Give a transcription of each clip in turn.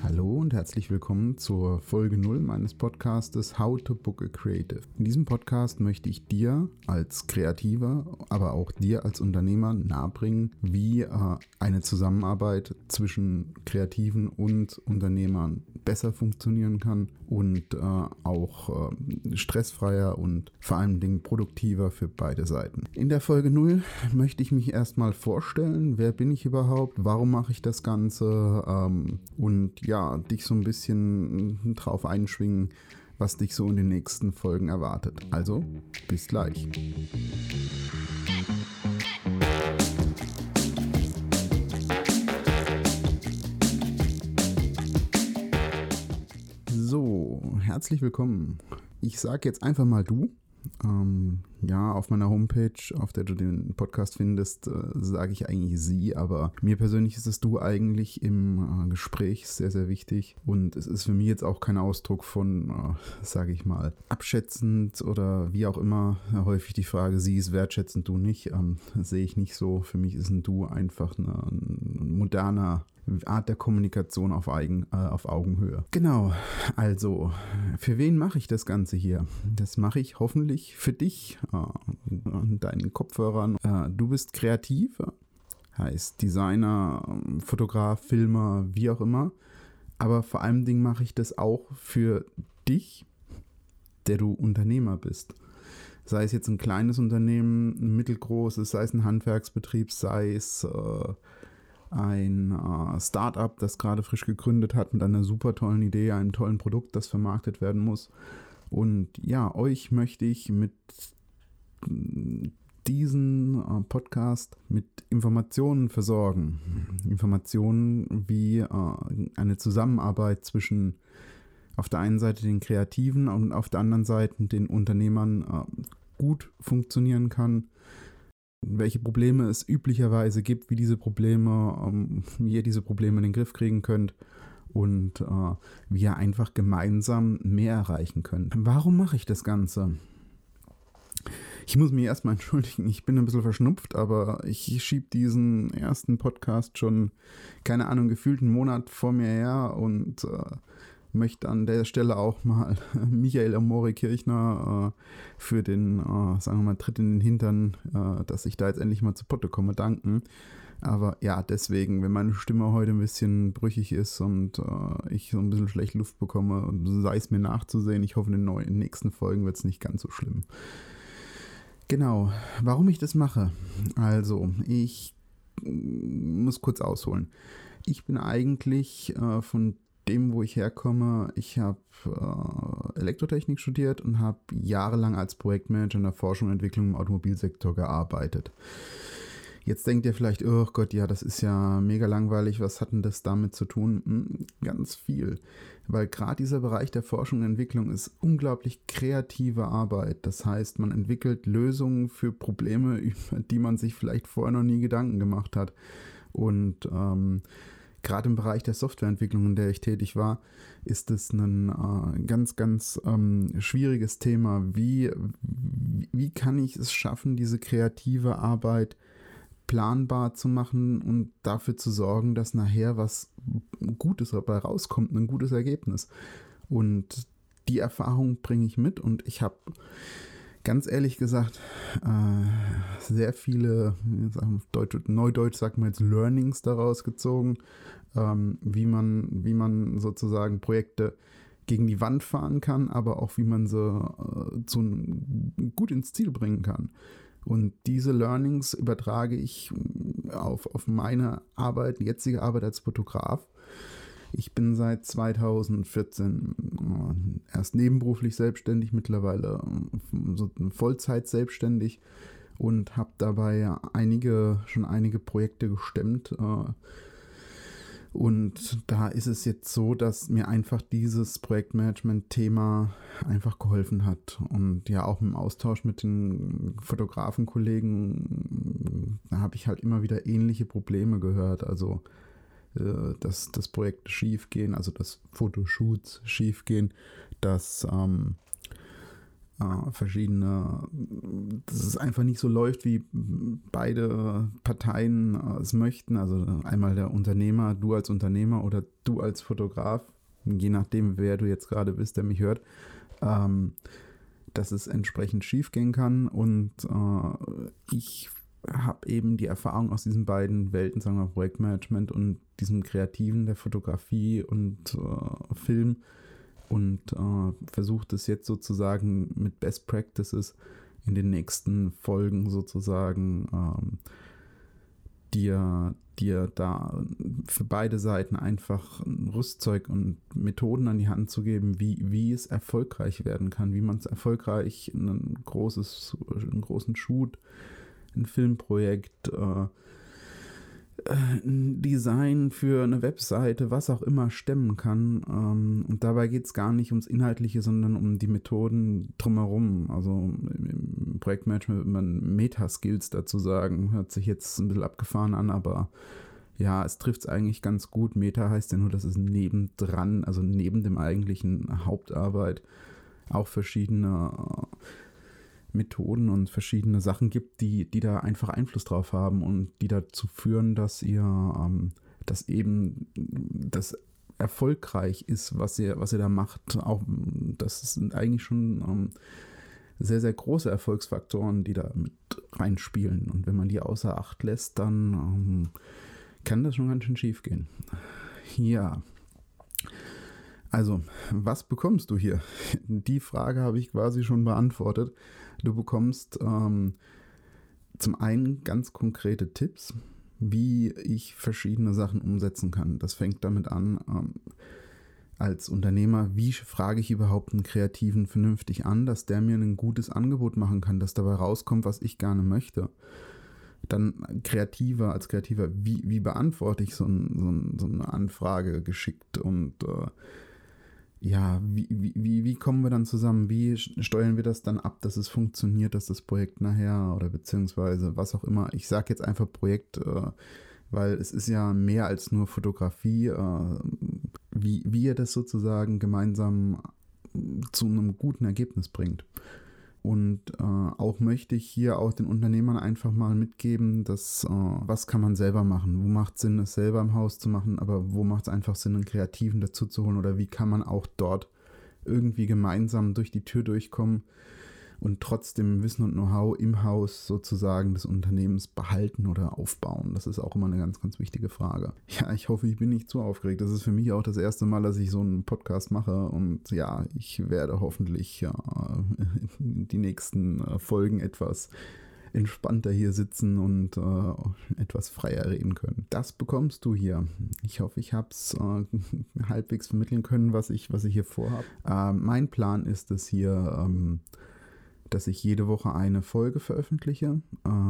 Hallo und herzlich willkommen zur Folge 0 meines Podcastes How to Book a Creative. In diesem Podcast möchte ich dir als Kreativer, aber auch dir als Unternehmer nahebringen, wie eine Zusammenarbeit zwischen Kreativen und Unternehmern besser funktionieren kann und auch stressfreier und vor allen Dingen produktiver für beide Seiten. In der Folge 0 möchte ich mich erstmal vorstellen, wer bin ich überhaupt, warum mache ich das Ganze und ja, dich so ein bisschen drauf einschwingen, was dich so in den nächsten Folgen erwartet. Also, bis gleich. So, herzlich willkommen. Ich sage jetzt einfach mal du. Auf meiner Homepage, auf der du den Podcast findest, sage ich eigentlich sie, aber mir persönlich ist das du eigentlich im Gespräch sehr, sehr wichtig und es ist für mich jetzt auch kein Ausdruck von, sage ich mal, abschätzend oder wie auch immer. Häufig die Frage, sie ist wertschätzend, du nicht, sehe ich nicht so. Für mich ist ein Du einfach ein moderner Art der Kommunikation auf Augenhöhe. Genau, also für wen mache ich das Ganze hier? Das mache ich hoffentlich für dich und deinen Kopfhörern. Du bist kreativ, heißt Designer, Fotograf, Filmer, wie auch immer. Aber vor allem Dingen mache ich das auch für dich, der du Unternehmer bist. Sei es jetzt ein kleines Unternehmen, ein mittelgroßes, sei es ein Handwerksbetrieb, sei es ein Start-up, das gerade frisch gegründet hat mit einer super tollen Idee, einem tollen Produkt, das vermarktet werden muss. Und ja, euch möchte ich mit diesem Podcast mit Informationen versorgen. Informationen, wie eine Zusammenarbeit zwischen auf der einen Seite den Kreativen und auf der anderen Seite den Unternehmern gut funktionieren kann. Welche Probleme es üblicherweise gibt, wie ihr diese Probleme in den Griff kriegen könnt und wie ihr einfach gemeinsam mehr erreichen könnt. Warum mache ich das Ganze? Ich muss mich erstmal entschuldigen, ich bin ein bisschen verschnupft, aber ich schiebe diesen ersten Podcast schon, keine Ahnung, gefühlt einen Monat vor mir her und möchte an der Stelle auch mal Michael Amore Kirchner für den, sagen wir mal, Tritt in den Hintern, dass ich da jetzt endlich mal zu Potte komme, danken. Aber ja, deswegen, wenn meine Stimme heute ein bisschen brüchig ist und ich so ein bisschen schlecht Luft bekomme, sei es mir nachzusehen. Ich hoffe, in den nächsten Folgen wird es nicht ganz so schlimm. Genau, warum ich das mache? Also, ich muss kurz ausholen. Ich bin eigentlich von dem, wo ich herkomme, ich habe Elektrotechnik studiert und habe jahrelang als Projektmanager in der Forschung und Entwicklung im Automobilsektor gearbeitet. Jetzt denkt ihr vielleicht, oh Gott, ja, das ist ja mega langweilig, was hat denn das damit zu tun? Ganz viel, weil gerade dieser Bereich der Forschung und Entwicklung ist unglaublich kreative Arbeit. Das heißt, man entwickelt Lösungen für Probleme, über die man sich vielleicht vorher noch nie Gedanken gemacht hat. Und gerade im Bereich der Softwareentwicklung, in der ich tätig war, ist es ein ganz, ganz schwieriges Thema. Wie kann ich es schaffen, diese kreative Arbeit planbar zu machen und dafür zu sorgen, dass nachher was Gutes dabei rauskommt, ein gutes Ergebnis. Und die Erfahrung bringe ich mit und ich habe ganz ehrlich gesagt sehr viele, Neudeutsch sagt man jetzt Learnings daraus gezogen, wie man sozusagen Projekte gegen die Wand fahren kann, aber auch wie man sie gut ins Ziel bringen kann. Und diese Learnings übertrage ich auf meine jetzige Arbeit als Fotograf. Ich bin seit 2014 erst nebenberuflich selbstständig, mittlerweile Vollzeit selbstständig und habe dabei schon einige Projekte gestemmt. Und da ist es jetzt so, dass mir einfach dieses Projektmanagement-Thema einfach geholfen hat. Und ja, auch im Austausch mit den Fotografenkollegen, da habe ich halt immer wieder ähnliche Probleme gehört. Also, dass Projekte schief gehen, also dass Fotoshoots schief gehen, dass verschiedene, dass es einfach nicht so läuft, wie beide Parteien es möchten. Also einmal der Unternehmer, du als Unternehmer oder du als Fotograf, je nachdem, wer du jetzt gerade bist, der mich hört, dass es entsprechend schief gehen kann. Und ich habe eben die Erfahrung aus diesen beiden Welten, sagen wir Projektmanagement und diesem Kreativen der Fotografie und Film, und versucht es jetzt sozusagen mit Best Practices in den nächsten Folgen sozusagen dir da für beide Seiten einfach ein Rüstzeug und Methoden an die Hand zu geben, wie es erfolgreich werden kann, wie man es erfolgreich einen großen Shoot, ein Filmprojekt, ein Design für eine Webseite, was auch immer stemmen kann. Und dabei geht es gar nicht ums Inhaltliche, sondern um die Methoden drumherum. Also im Projektmanagement würde man Meta-Skills dazu sagen. Hört sich jetzt ein bisschen abgefahren an, aber ja, es trifft es eigentlich ganz gut. Meta heißt ja nur, dass es nebendran, also neben dem eigentlichen Hauptarbeit, auch verschiedene Methoden und verschiedene Sachen gibt, die da einfach Einfluss drauf haben und die dazu führen, dass dass eben das erfolgreich ist, was ihr da macht. Auch das sind eigentlich schon sehr, sehr große Erfolgsfaktoren, die da mit reinspielen. Und wenn man die außer Acht lässt, dann kann das schon ganz schön schief gehen. Ja. Also, was bekommst du hier? Die Frage habe ich quasi schon beantwortet. Du bekommst zum einen ganz konkrete Tipps, wie ich verschiedene Sachen umsetzen kann. Das fängt damit an, als Unternehmer, wie frage ich überhaupt einen Kreativen vernünftig an, dass der mir ein gutes Angebot machen kann, dass dabei rauskommt, was ich gerne möchte. Dann als Kreativer, wie beantworte ich so eine Anfrage geschickt und wie kommen wir dann zusammen? Wie steuern wir das dann ab, dass es funktioniert, dass das Projekt nachher oder beziehungsweise was auch immer. Ich sage jetzt einfach Projekt, weil es ist ja mehr als nur Fotografie. Wie ihr das sozusagen gemeinsam zu einem guten Ergebnis bringt. Und auch möchte ich hier auch den Unternehmern einfach mal mitgeben, dass was kann man selber machen? Wo macht es Sinn, es selber im Haus zu machen, aber wo macht es einfach Sinn, einen Kreativen dazu zu holen? Oder wie kann man auch dort irgendwie gemeinsam durch die Tür durchkommen und trotzdem Wissen und Know-how im Haus sozusagen des Unternehmens behalten oder aufbauen? Das ist auch immer eine ganz, ganz wichtige Frage. Ja, ich hoffe, ich bin nicht zu aufgeregt. Das ist für mich auch das erste Mal, dass ich so einen Podcast mache. Und ja, ich werde hoffentlich die nächsten Folgen etwas entspannter hier sitzen und etwas freier reden können. Das bekommst du hier. Ich hoffe, ich habe es halbwegs vermitteln können, was ich hier vorhabe. Mein Plan ist es hier, dass ich jede Woche eine Folge veröffentliche.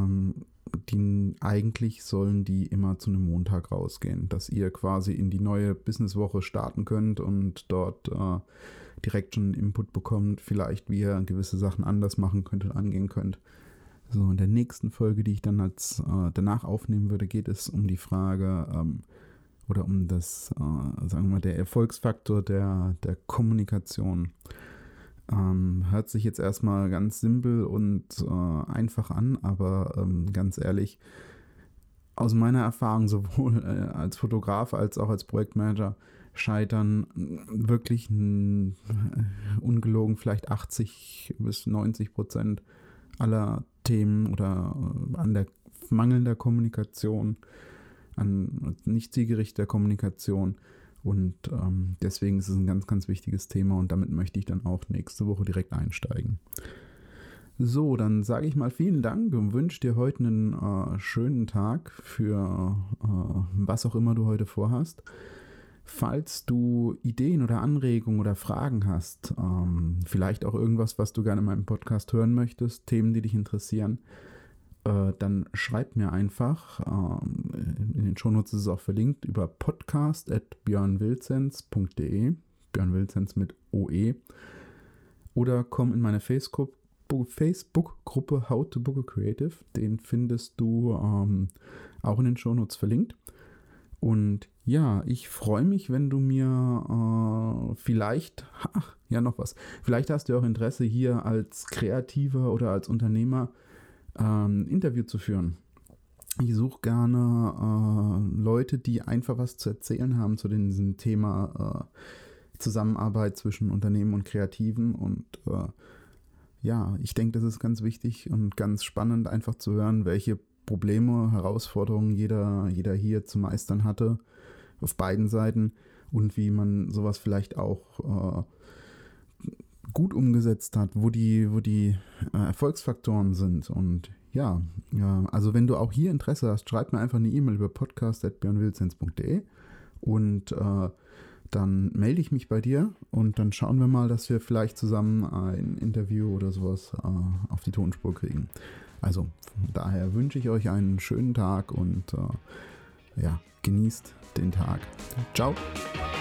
Eigentlich sollen die immer zu einem Montag rausgehen, dass ihr quasi in die neue Businesswoche starten könnt und dort direkt schon Input bekommt, vielleicht wie ihr gewisse Sachen anders machen könnt und angehen könnt. So, in der nächsten Folge, die ich dann danach aufnehmen würde, geht es um die Frage oder um das, sagen wir mal, der Erfolgsfaktor der Kommunikation. Hört sich jetzt erstmal ganz simpel und einfach an, aber ganz ehrlich, aus meiner Erfahrung sowohl als Fotograf als auch als Projektmanager scheitern wirklich ungelogen vielleicht 80-90% aller Themen oder an der mangelnder Kommunikation, an nicht zielgerichteter Kommunikation. Und deswegen ist es ein ganz, ganz wichtiges Thema und damit möchte ich dann auch nächste Woche direkt einsteigen. So, dann sage ich mal vielen Dank und wünsche dir heute einen schönen Tag für was auch immer du heute vorhast. Falls du Ideen oder Anregungen oder Fragen hast, vielleicht auch irgendwas, was du gerne in meinem Podcast hören möchtest, Themen, die dich interessieren, dann schreib mir einfach, in den Shownotes ist es auch verlinkt, über podcast@björnwilzens.de, Björn Wilzens mit OE, oder komm in meine Facebook-Gruppe How to Book a Creative, den findest du auch in den Shownotes verlinkt. Und ja, ich freue mich, wenn du mir vielleicht hast du auch Interesse hier als Kreativer oder als Unternehmer ein Interview zu führen. Ich suche gerne Leute, die einfach was zu erzählen haben zu diesem Thema Zusammenarbeit zwischen Unternehmen und Kreativen. Und ich denke, das ist ganz wichtig und ganz spannend, einfach zu hören, welche Probleme, Herausforderungen jeder hier zu meistern hatte, auf beiden Seiten, und wie man sowas vielleicht auch gut umgesetzt hat, wo die Erfolgsfaktoren sind. Und also wenn du auch hier Interesse hast, schreib mir einfach eine E-Mail über podcast@björnwilzens.de und dann melde ich mich bei dir und dann schauen wir mal, dass wir vielleicht zusammen ein Interview oder sowas auf die Tonspur kriegen. Also daher wünsche ich euch einen schönen Tag und genießt den Tag. Ciao!